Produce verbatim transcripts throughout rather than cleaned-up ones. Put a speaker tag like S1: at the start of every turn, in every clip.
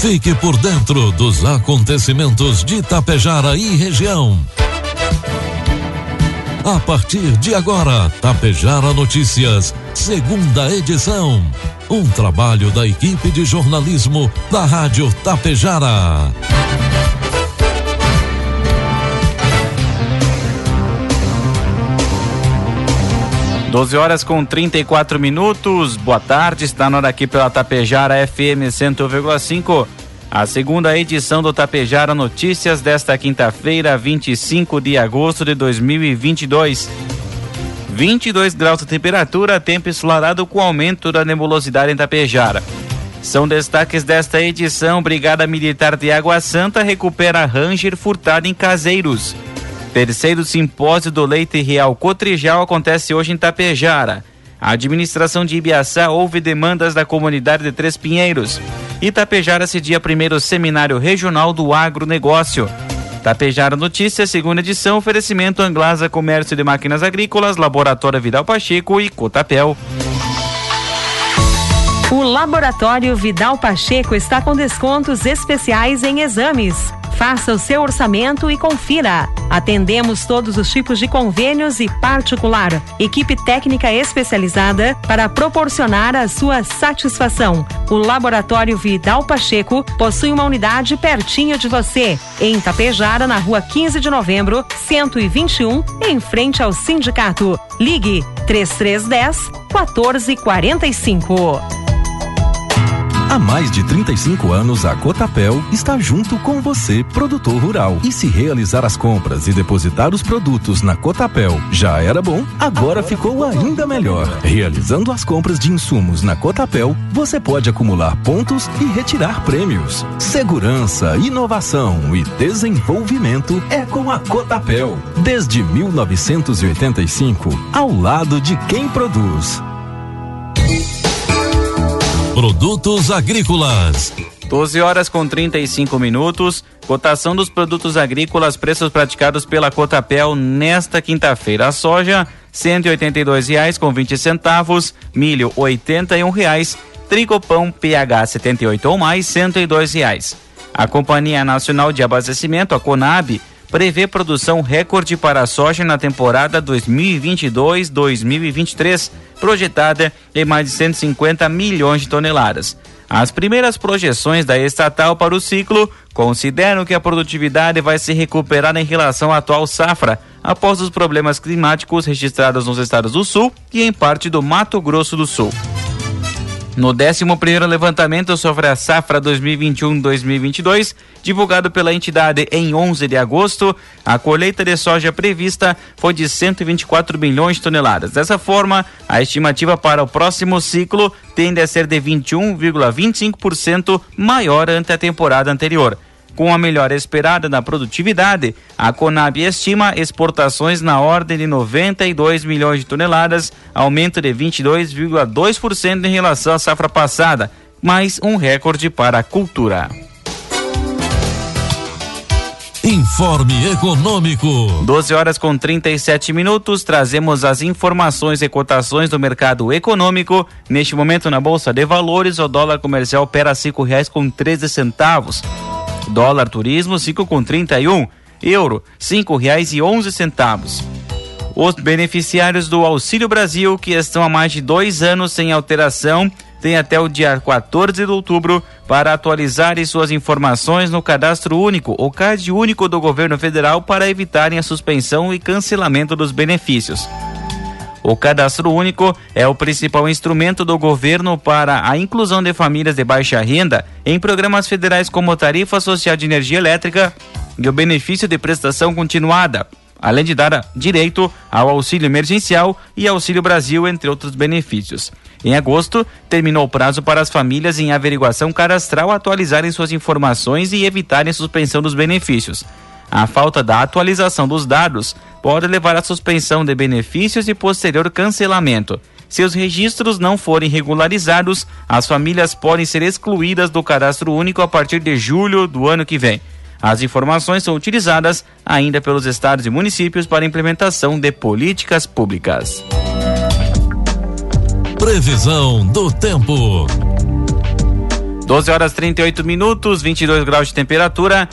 S1: Fique por dentro dos acontecimentos de Tapejara e região. A partir de agora, Tapejara Notícias, segunda edição. Um trabalho da equipe de jornalismo da Rádio Tapejara.
S2: doze horas com trinta e quatro minutos. Boa tarde, está na hora aqui pela Tapejara F M cento um vírgula cinco. A segunda edição do Tapejara Notícias desta quinta-feira, vinte e cinco de agosto de dois mil e vinte e dois. vinte e dois graus de temperatura, tempo ensolarado com aumento da nebulosidade em Tapejara. São destaques desta edição: Brigada Militar de Água Santa recupera Ranger furtado em Caseiros. Terceiro simpósio do leite real Cotrijal acontece hoje em Tapejara. A administração de Ibiaçá ouve demandas da comunidade de Três Pinheiros. E Tapejara cedia primeiro seminário regional do agronegócio. Tapejara Notícias, segunda edição, oferecimento Anglasa Comércio de Máquinas Agrícolas, Laboratório Vidal Pacheco e Cotapel.
S3: O Laboratório Vidal Pacheco está com descontos especiais em exames. Faça o seu orçamento e confira. Atendemos todos os tipos de convênios e particular. Equipe técnica especializada para proporcionar a sua satisfação. O Laboratório Vidal Pacheco possui uma unidade pertinho de você. Em Tapejara, na rua quinze de novembro, cento e vinte e um, em frente ao sindicato. Ligue três três um zero, quatorze quarenta e cinco.
S4: Há mais de trinta e cinco anos, a Cotapel está junto com você, produtor rural. E se realizar as compras e depositar os produtos na Cotapel já era bom, agora ficou ainda melhor. Realizando as compras de insumos na Cotapel, você pode acumular pontos e retirar prêmios. Segurança, inovação e desenvolvimento é com a Cotapel. Desde mil novecentos e oitenta e cinco, ao lado de quem produz.
S1: Produtos agrícolas.
S2: doze horas com trinta e cinco minutos. Cotação dos produtos agrícolas, preços praticados pela Cotapel nesta quinta-feira. A soja, cento e oitenta e dois reais com vinte centavos. Milho, oitenta e um reais. Tricopão P H setenta e oito ou mais, cento e dois reais. A Companhia Nacional de Abastecimento, a Conab, prevê produção recorde para a soja na temporada dois mil e vinte e dois dois mil e vinte e três, projetada em mais de cento e cinquenta milhões de toneladas. As primeiras projeções da estatal para o ciclo consideram que a produtividade vai se recuperar em relação à atual safra, após os problemas climáticos registrados nos estados do Sul e em parte do Mato Grosso do Sul. No décimo primeiro levantamento sobre a safra dois mil e vinte e um dois mil e vinte e dois, divulgado pela entidade em onze de agosto, a colheita de soja prevista foi de cento e vinte e quatro milhões de toneladas. Dessa forma, a estimativa para o próximo ciclo tende a ser de vinte e um vírgula vinte e cinco por cento maior ante a temporada anterior. Com a melhora esperada na produtividade, a Conab estima exportações na ordem de noventa e dois milhões de toneladas, aumento de vinte e dois vírgula dois por cento em relação à safra passada, mais um recorde para a cultura.
S1: Informe Econômico.
S2: doze horas com trinta e sete minutos, trazemos as informações e cotações do mercado econômico. Neste momento, na Bolsa de Valores, o dólar comercial opera a cinco reais com treze centavos. Dólar turismo, cinco com trinta e um. Euro, cinco reais e onze centavos. Os beneficiários do Auxílio Brasil, que estão há mais de dois anos sem alteração, têm até o dia quatorze de outubro para atualizarem suas informações no Cadastro Único, o C A D Único do Governo Federal, para evitarem a suspensão e cancelamento dos benefícios. O Cadastro Único é o principal instrumento do governo para a inclusão de famílias de baixa renda em programas federais como Tarifa Social de Energia Elétrica e o benefício de prestação continuada, além de dar direito ao auxílio emergencial e Auxílio Brasil, entre outros benefícios. Em agosto, terminou o prazo para as famílias em averiguação cadastral atualizarem suas informações e evitarem a suspensão dos benefícios. A falta da atualização dos dados pode levar à suspensão de benefícios e posterior cancelamento. Se os registros não forem regularizados, as famílias podem ser excluídas do Cadastro Único a partir de julho do ano que vem. As informações são utilizadas ainda pelos estados e municípios para a implementação de políticas públicas.
S1: Previsão do tempo.
S2: doze horas e trinta e oito minutos, vinte e dois graus de temperatura.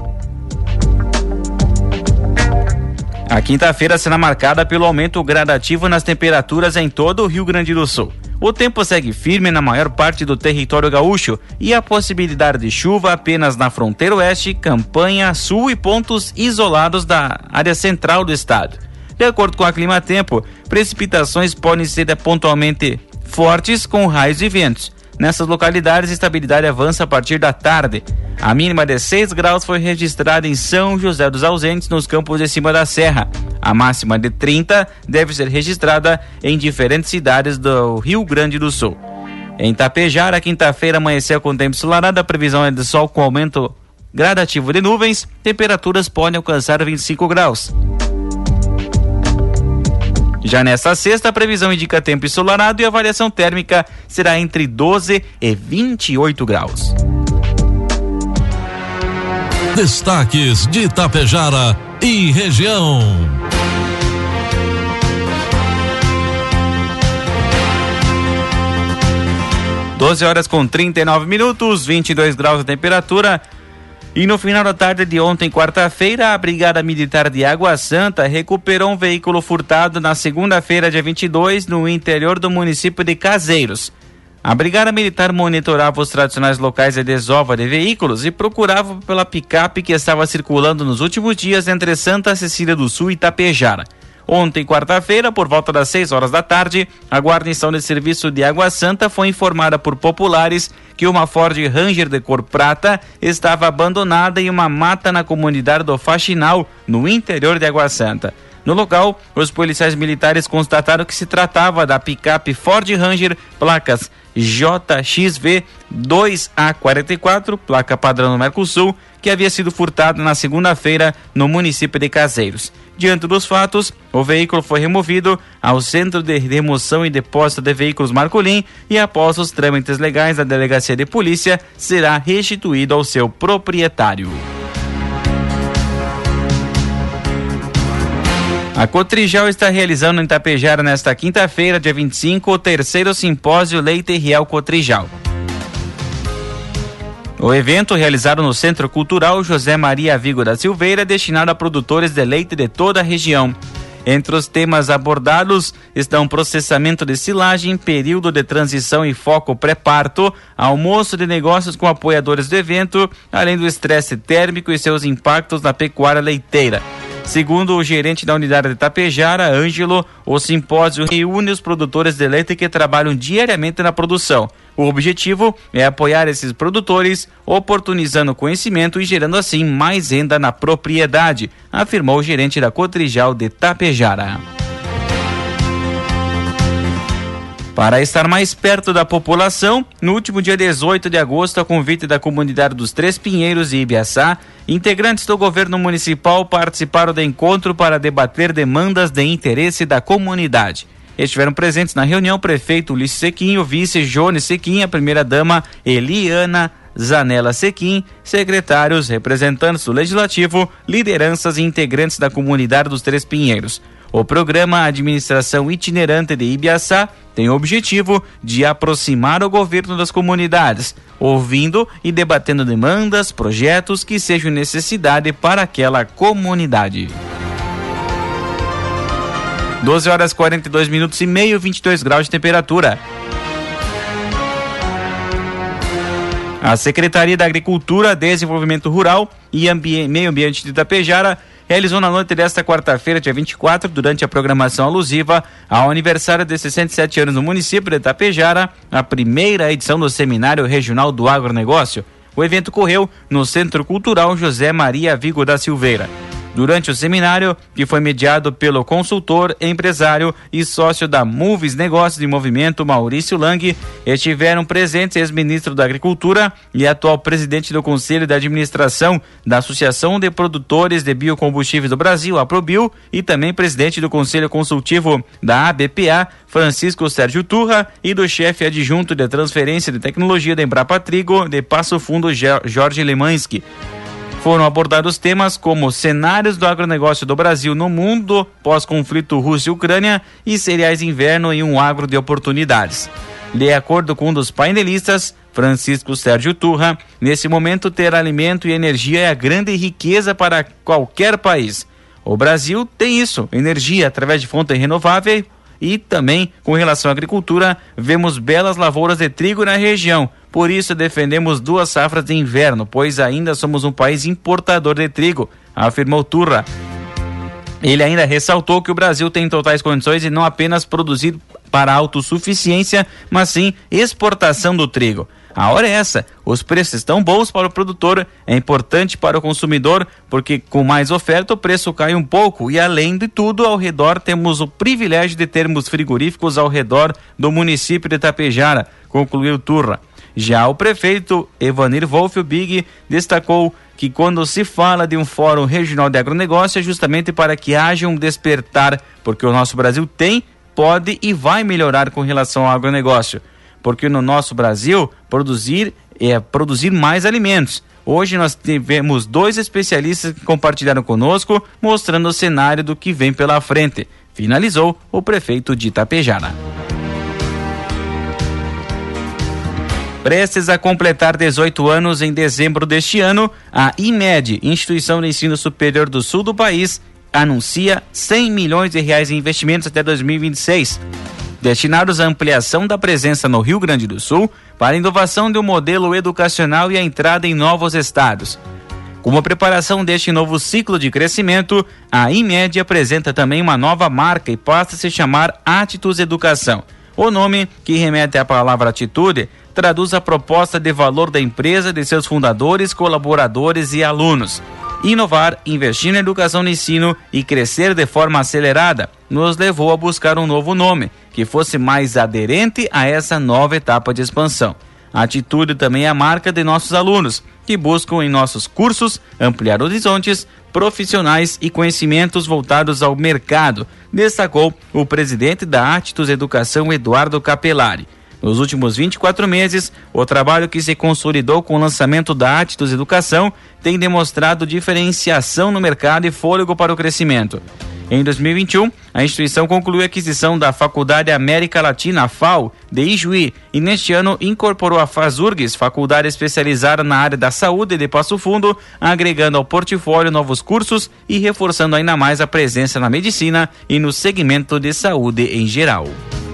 S2: A quinta-feira será marcada pelo aumento gradativo nas temperaturas em todo o Rio Grande do Sul. O tempo segue firme na maior parte do território gaúcho e a possibilidade de chuva apenas na fronteira oeste, campanha, sul e pontos isolados da área central do estado. De acordo com a Climatempo, precipitações podem ser pontualmente fortes com raios e ventos. Nessas localidades, a estabilidade avança a partir da tarde. A mínima de seis graus foi registrada em São José dos Ausentes, nos campos de cima da serra. A máxima de trinta deve ser registrada em diferentes cidades do Rio Grande do Sul. Em Tapejara, quinta-feira amanheceu com tempo ensolarado, a previsão é de sol com aumento gradativo de nuvens, temperaturas podem alcançar vinte e cinco graus. Já nesta sexta, a previsão indica tempo ensolarado e a variação térmica será entre doze e vinte e oito graus.
S1: Destaques de Tapejara e região.
S2: doze horas com trinta e nove minutos, vinte e dois graus de temperatura. E no final da tarde de ontem, quarta-feira, a Brigada Militar de Água Santa recuperou um veículo furtado na segunda-feira, dia vinte e dois, no interior do município de Caseiros. A Brigada Militar monitorava os tradicionais locais de desova de veículos e procurava pela picape que estava circulando nos últimos dias entre Santa Cecília do Sul e Tapejara. Ontem, quarta-feira, por volta das seis horas da tarde, a guarnição de serviço de Água Santa foi informada por populares que uma Ford Ranger de cor prata estava abandonada em uma mata na comunidade do Faxinal, no interior de Água Santa. No local, os policiais militares constataram que se tratava da picape Ford Ranger, placas J X V dois A quarenta e quatro, placa padrão do Mercosul, que havia sido furtada na segunda-feira no município de Caseiros. Diante dos fatos, o veículo foi removido ao Centro de Remoção e Depósito de Veículos Marcolim e, após os trâmites legais da Delegacia de Polícia, será restituído ao seu proprietário. A Cotrijal está realizando em Tapejara nesta quinta-feira, dia vinte e cinco, o terceiro simpósio Leite Real Cotrijal. O evento, realizado no Centro Cultural José Maria Vigo da Silveira, destinado a produtores de leite de toda a região. Entre os temas abordados estão processamento de silagem, período de transição e foco pré-parto, almoço de negócios com apoiadores do evento, além do estresse térmico e seus impactos na pecuária leiteira. Segundo o gerente da unidade de Tapejara, Ângelo, o simpósio reúne os produtores de leite que trabalham diariamente na produção. O objetivo é apoiar esses produtores, oportunizando conhecimento e gerando assim mais renda na propriedade, afirmou o gerente da Cotrijal de Tapejara. Para estar mais perto da população, no último dia dezoito de agosto, a convite da comunidade dos Três Pinheiros e Ibiaçá, integrantes do governo municipal participaram do encontro para debater demandas de interesse da comunidade. Estiveram presentes na reunião prefeito Ulisses Sequim, o vice Jones Sequim, a primeira-dama Eliana Zanella Sequim, secretários, representantes do Legislativo, lideranças e integrantes da comunidade dos Três Pinheiros. O programa Administração Itinerante de Ibiaçá tem o objetivo de aproximar o governo das comunidades, ouvindo e debatendo demandas, projetos que sejam necessidade para aquela comunidade. doze horas e quarenta e dois minutos e meio, vinte e dois graus de temperatura. A Secretaria da Agricultura, Desenvolvimento Rural e Ambi- Meio Ambiente de Itapejara realizou na noite desta quarta-feira, dia vinte e quatro, durante a programação alusiva ao aniversário de sessenta e sete anos no município de Itapejara, a primeira edição do Seminário Regional do Agronegócio. O evento correu no Centro Cultural José Maria Vigo da Silveira. Durante o seminário, que foi mediado pelo consultor, empresário e sócio da Moves Negócios de Movimento, Maurício Lang, estiveram presentes ex-ministro da Agricultura e atual presidente do Conselho de Administração da Associação de Produtores de Biocombustíveis do Brasil, a Probio, e também presidente do Conselho Consultivo da A B P A, Francisco Sérgio Turra, e do chefe adjunto de transferência de tecnologia da Embrapa Trigo de Passo Fundo, Jorge Lemansky. Foram abordados temas como cenários do agronegócio do Brasil no mundo pós-conflito Rússia e Ucrânia e cereais inverno em um agro de oportunidades. De acordo com um dos painelistas, Francisco Sérgio Turra, nesse momento ter alimento e energia é a grande riqueza para qualquer país. O Brasil tem isso, energia através de fonte renovável e também com relação à agricultura, vemos belas lavouras de trigo na região. Por isso defendemos duas safras de inverno, pois ainda somos um país importador de trigo, afirmou Turra. Ele ainda ressaltou que o Brasil tem totais condições de não apenas produzir para autossuficiência, mas sim exportação do trigo. A hora é essa, os preços estão bons para o produtor, é importante para o consumidor, porque com mais oferta o preço cai um pouco e além de tudo, ao redor temos o privilégio de termos frigoríficos ao redor do município de Tapejara, concluiu Turra. Já o prefeito Evanir Wolf Big destacou que quando se fala de um fórum regional de agronegócio é justamente para que haja um despertar, porque o nosso Brasil tem, pode e vai melhorar com relação ao agronegócio. Porque no nosso Brasil, produzir é produzir mais alimentos. Hoje nós tivemos dois especialistas que compartilharam conosco, mostrando o cenário do que vem pela frente. Finalizou o prefeito de Itapejara. Prestes a completar dezoito anos em dezembro deste ano, a IMED, Instituição de Ensino Superior do Sul do país, anuncia cem milhões de reais em investimentos até dois mil e vinte e seis. Destinados à ampliação da presença no Rio Grande do Sul, para a inovação de um modelo educacional e a entrada em novos estados. Como a preparação deste novo ciclo de crescimento, a IMED apresenta também uma nova marca e passa a se chamar Atitudes Educação. O nome, que remete à palavra atitude, traduz a proposta de valor da empresa, de seus fundadores, colaboradores e alunos. Inovar, investir na educação e ensino e crescer de forma acelerada nos levou a buscar um novo nome, que fosse mais aderente a essa nova etapa de expansão. A atitude também é a marca de nossos alunos, que buscam em nossos cursos ampliar horizontes profissionais e conhecimentos voltados ao mercado, destacou o presidente da Atitudes Educação, Eduardo Capelari. Nos últimos vinte e quatro meses, o trabalho que se consolidou com o lançamento da Atitudes Educação tem demonstrado diferenciação no mercado e fôlego para o crescimento. Em dois mil e vinte e um, a instituição concluiu a aquisição da Faculdade América Latina, F A U, de Ijuí, e neste ano incorporou a FASURGS, faculdade especializada na área da saúde de Passo Fundo, agregando ao portfólio novos cursos e reforçando ainda mais a presença na medicina e no segmento de saúde em geral.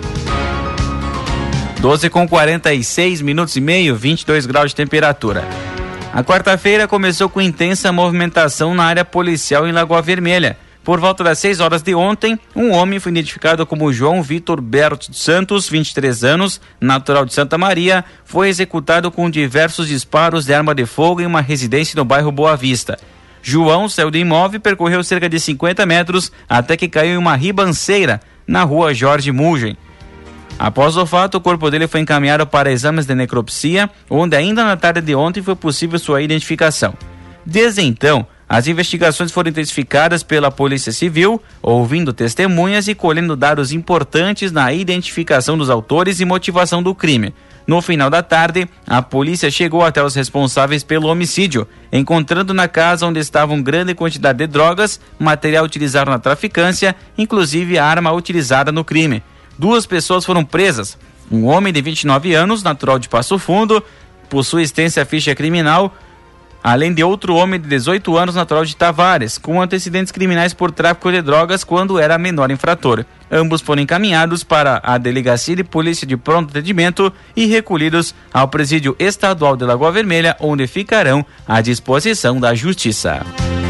S2: doze com quarenta e seis minutos e meio, vinte e dois graus de temperatura. A quarta-feira começou com intensa movimentação na área policial em Lagoa Vermelha. Por volta das seis horas de ontem, um homem foi identificado como João Vitor Berto Santos, vinte e três anos, natural de Santa Maria, foi executado com diversos disparos de arma de fogo em uma residência no bairro Boa Vista. João saiu do imóvel e percorreu cerca de cinquenta metros até que caiu em uma ribanceira na rua Jorge Mugem. Após o fato, o corpo dele foi encaminhado para exames de necropsia, onde ainda na tarde de ontem foi possível sua identificação. Desde então, as investigações foram intensificadas pela Polícia Civil, ouvindo testemunhas e colhendo dados importantes na identificação dos autores e motivação do crime. No final da tarde, a polícia chegou até os responsáveis pelo homicídio, encontrando na casa onde estavam grande quantidade de drogas, material utilizado na traficância, inclusive a arma utilizada no crime. Duas pessoas foram presas. Um homem de vinte e nove anos, natural de Passo Fundo, possui extensa ficha criminal, além de outro homem de dezoito anos, natural de Tavares, com antecedentes criminais por tráfico de drogas quando era menor infrator. Ambos foram encaminhados para a Delegacia de Polícia de Pronto Atendimento e recolhidos ao Presídio Estadual de Lagoa Vermelha, onde ficarão à disposição da Justiça.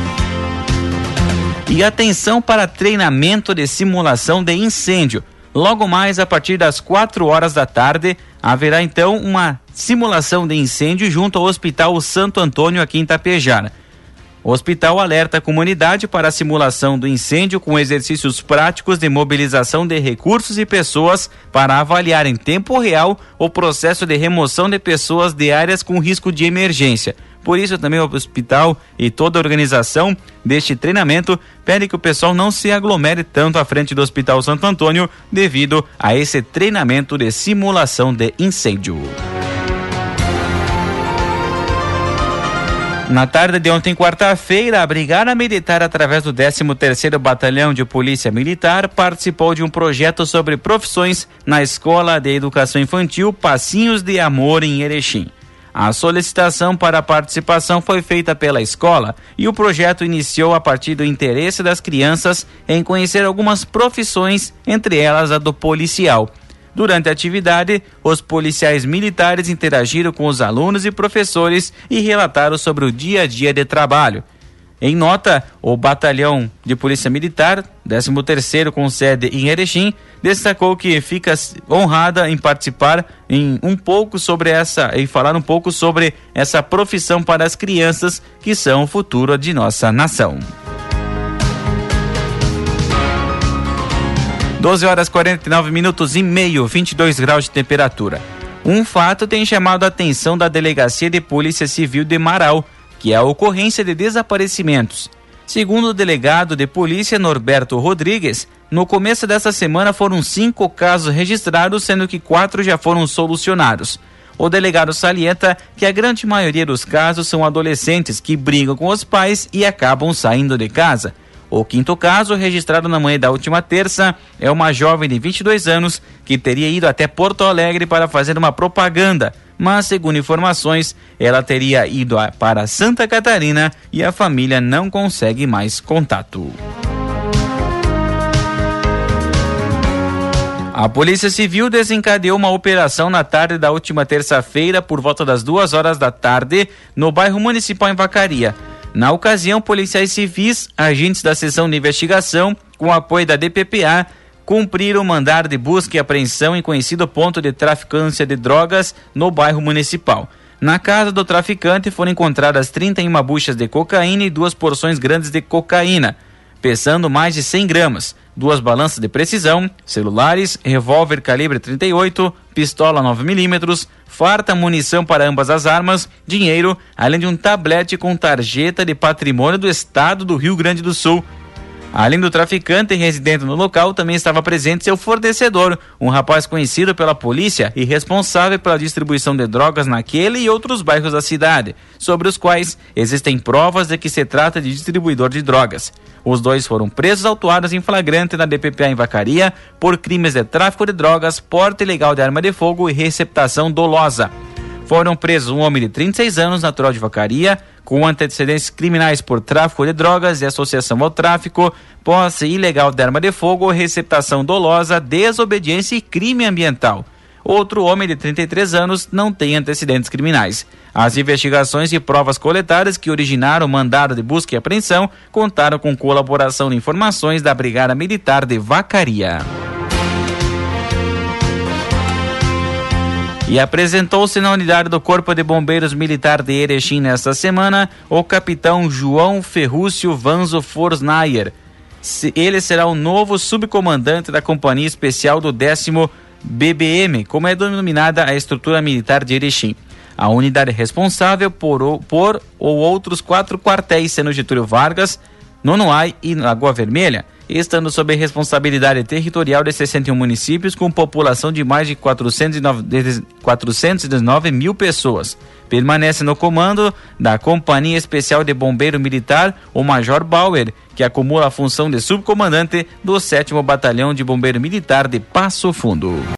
S2: E atenção para treinamento de simulação de incêndio. Logo mais, a partir das quatro horas da tarde, haverá então uma simulação de incêndio junto ao Hospital Santo Antônio aqui em Itapejara. O hospital alerta a comunidade para a simulação do incêndio com exercícios práticos de mobilização de recursos e pessoas para avaliar em tempo real o processo de remoção de pessoas de áreas com risco de emergência. Por isso também o hospital e toda a organização deste treinamento pede que o pessoal não se aglomere tanto à frente do Hospital Santo Antônio devido a esse treinamento de simulação de incêndio. Na tarde de ontem, quarta-feira, a Brigada Militar, através do décimo terceiro Batalhão de Polícia Militar, participou de um projeto sobre profissões na Escola de Educação Infantil Passinhos de Amor, em Erechim. A solicitação para a participação foi feita pela escola e o projeto iniciou a partir do interesse das crianças em conhecer algumas profissões, entre elas a do policial. Durante a atividade, os policiais militares interagiram com os alunos e professores e relataram sobre o dia a dia de trabalho. Em nota, o Batalhão de Polícia Militar, décimo terceiro com sede em Erechim, destacou que fica honrada em participar em um pouco sobre essa e falar um pouco sobre essa profissão para as crianças que são o futuro de nossa nação. doze horas e quarenta e nove minutos e meio, vinte e dois graus de temperatura. Um fato tem chamado a atenção da Delegacia de Polícia Civil de Marau, que é a ocorrência de desaparecimentos. Segundo o delegado de polícia Norberto Rodrigues, no começo dessa semana foram cinco casos registrados, sendo que quatro já foram solucionados. O delegado salienta que a grande maioria dos casos são adolescentes que brigam com os pais e acabam saindo de casa. O quinto caso, registrado na manhã da última terça, é uma jovem de vinte e dois anos que teria ido até Porto Alegre para fazer uma propaganda, mas, segundo informações, ela teria ido para Santa Catarina e a família não consegue mais contato. A Polícia Civil desencadeou uma operação na tarde da última terça-feira, por volta das duas horas da tarde, no bairro Municipal em Vacaria. Na ocasião, policiais civis, agentes da seção de investigação, com apoio da D P P A, cumpriram o mandado de busca e apreensão em conhecido ponto de traficância de drogas no bairro Municipal. Na casa do traficante foram encontradas trinta e uma buchas de cocaína e duas porções grandes de cocaína, pesando mais de cem gramas, duas balanças de precisão, celulares, revólver calibre trinta e oito, pistola nove milímetros, farta munição para ambas as armas, dinheiro, além de um tablete com tarjeta de patrimônio do estado do Rio Grande do Sul. Além do traficante residente no local, também estava presente seu fornecedor, um rapaz conhecido pela polícia e responsável pela distribuição de drogas naquele e outros bairros da cidade, sobre os quais existem provas de que se trata de distribuidor de drogas. Os dois foram presos autuados em flagrante na D P P A em Vacaria por crimes de tráfico de drogas, porte ilegal de arma de fogo e receptação dolosa. Foram presos um homem de trinta e seis anos, natural de Vacaria, com antecedentes criminais por tráfico de drogas e associação ao tráfico, posse ilegal de arma de fogo, receptação dolosa, desobediência e crime ambiental. Outro homem de trinta e três anos não tem antecedentes criminais. As investigações e provas coletadas que originaram o mandado de busca e apreensão contaram com colaboração de informações da Brigada Militar de Vacaria. E apresentou-se na unidade do Corpo de Bombeiros Militar de Erechim nesta semana o capitão João Ferrúcio Vanzo Forsnayer. Ele será o novo subcomandante da Companhia Especial do décimo B B M, como é denominada a estrutura militar de Erechim. A unidade responsável por, por ou outros quatro quartéis, sendo Getúlio Vargas, Nonoai e Lagoa Vermelha, estando sob responsabilidade territorial de sessenta e um municípios com população de mais de quatrocentos e dezenove mil pessoas. Permanece no comando da Companhia Especial de Bombeiro Militar o Major Bauer, que acumula a função de subcomandante do sétimo Batalhão de Bombeiro Militar de Passo Fundo.